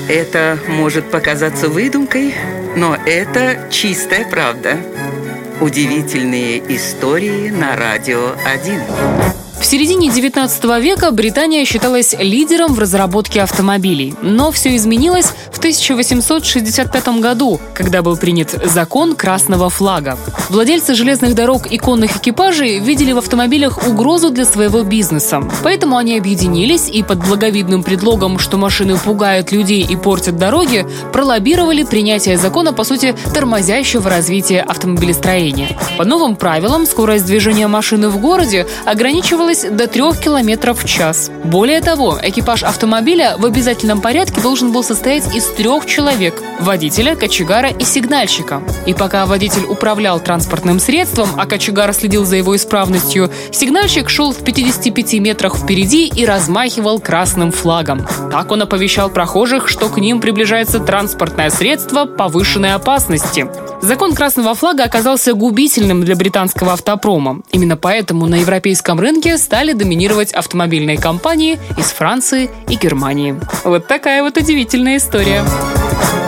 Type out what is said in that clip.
Это может показаться выдумкой, но это чистая правда. Удивительные истории на Радио 1. В середине 19 века Британия считалась лидером в разработке автомобилей. Но все изменилось в 1865 году, когда был принят закон красного флага. Владельцы железных дорог и конных экипажей видели в автомобилях угрозу для своего бизнеса. Поэтому они объединились и под благовидным предлогом, что машины пугают людей и портят дороги, пролоббировали принятие закона, по сути, тормозящего развитие автомобилестроения. По новым правилам, скорость движения машины в городе ограничивалась до 3 км в час. Более того, экипаж автомобиля в обязательном порядке должен был состоять из 3 человек – водителя, кочегара и сигнальщика. И пока водитель управлял транспортным средством, а кочегар следил за его исправностью, сигнальщик шел в 55 метрах впереди и размахивал красным флагом. Так он оповещал прохожих, что к ним приближается транспортное средство повышенной опасности. Закон красного флага оказался губительным для британского автопрома. Именно поэтому на европейском рынке стали доминировать автомобильные компании из Франции и Германии. Вот такая вот удивительная история.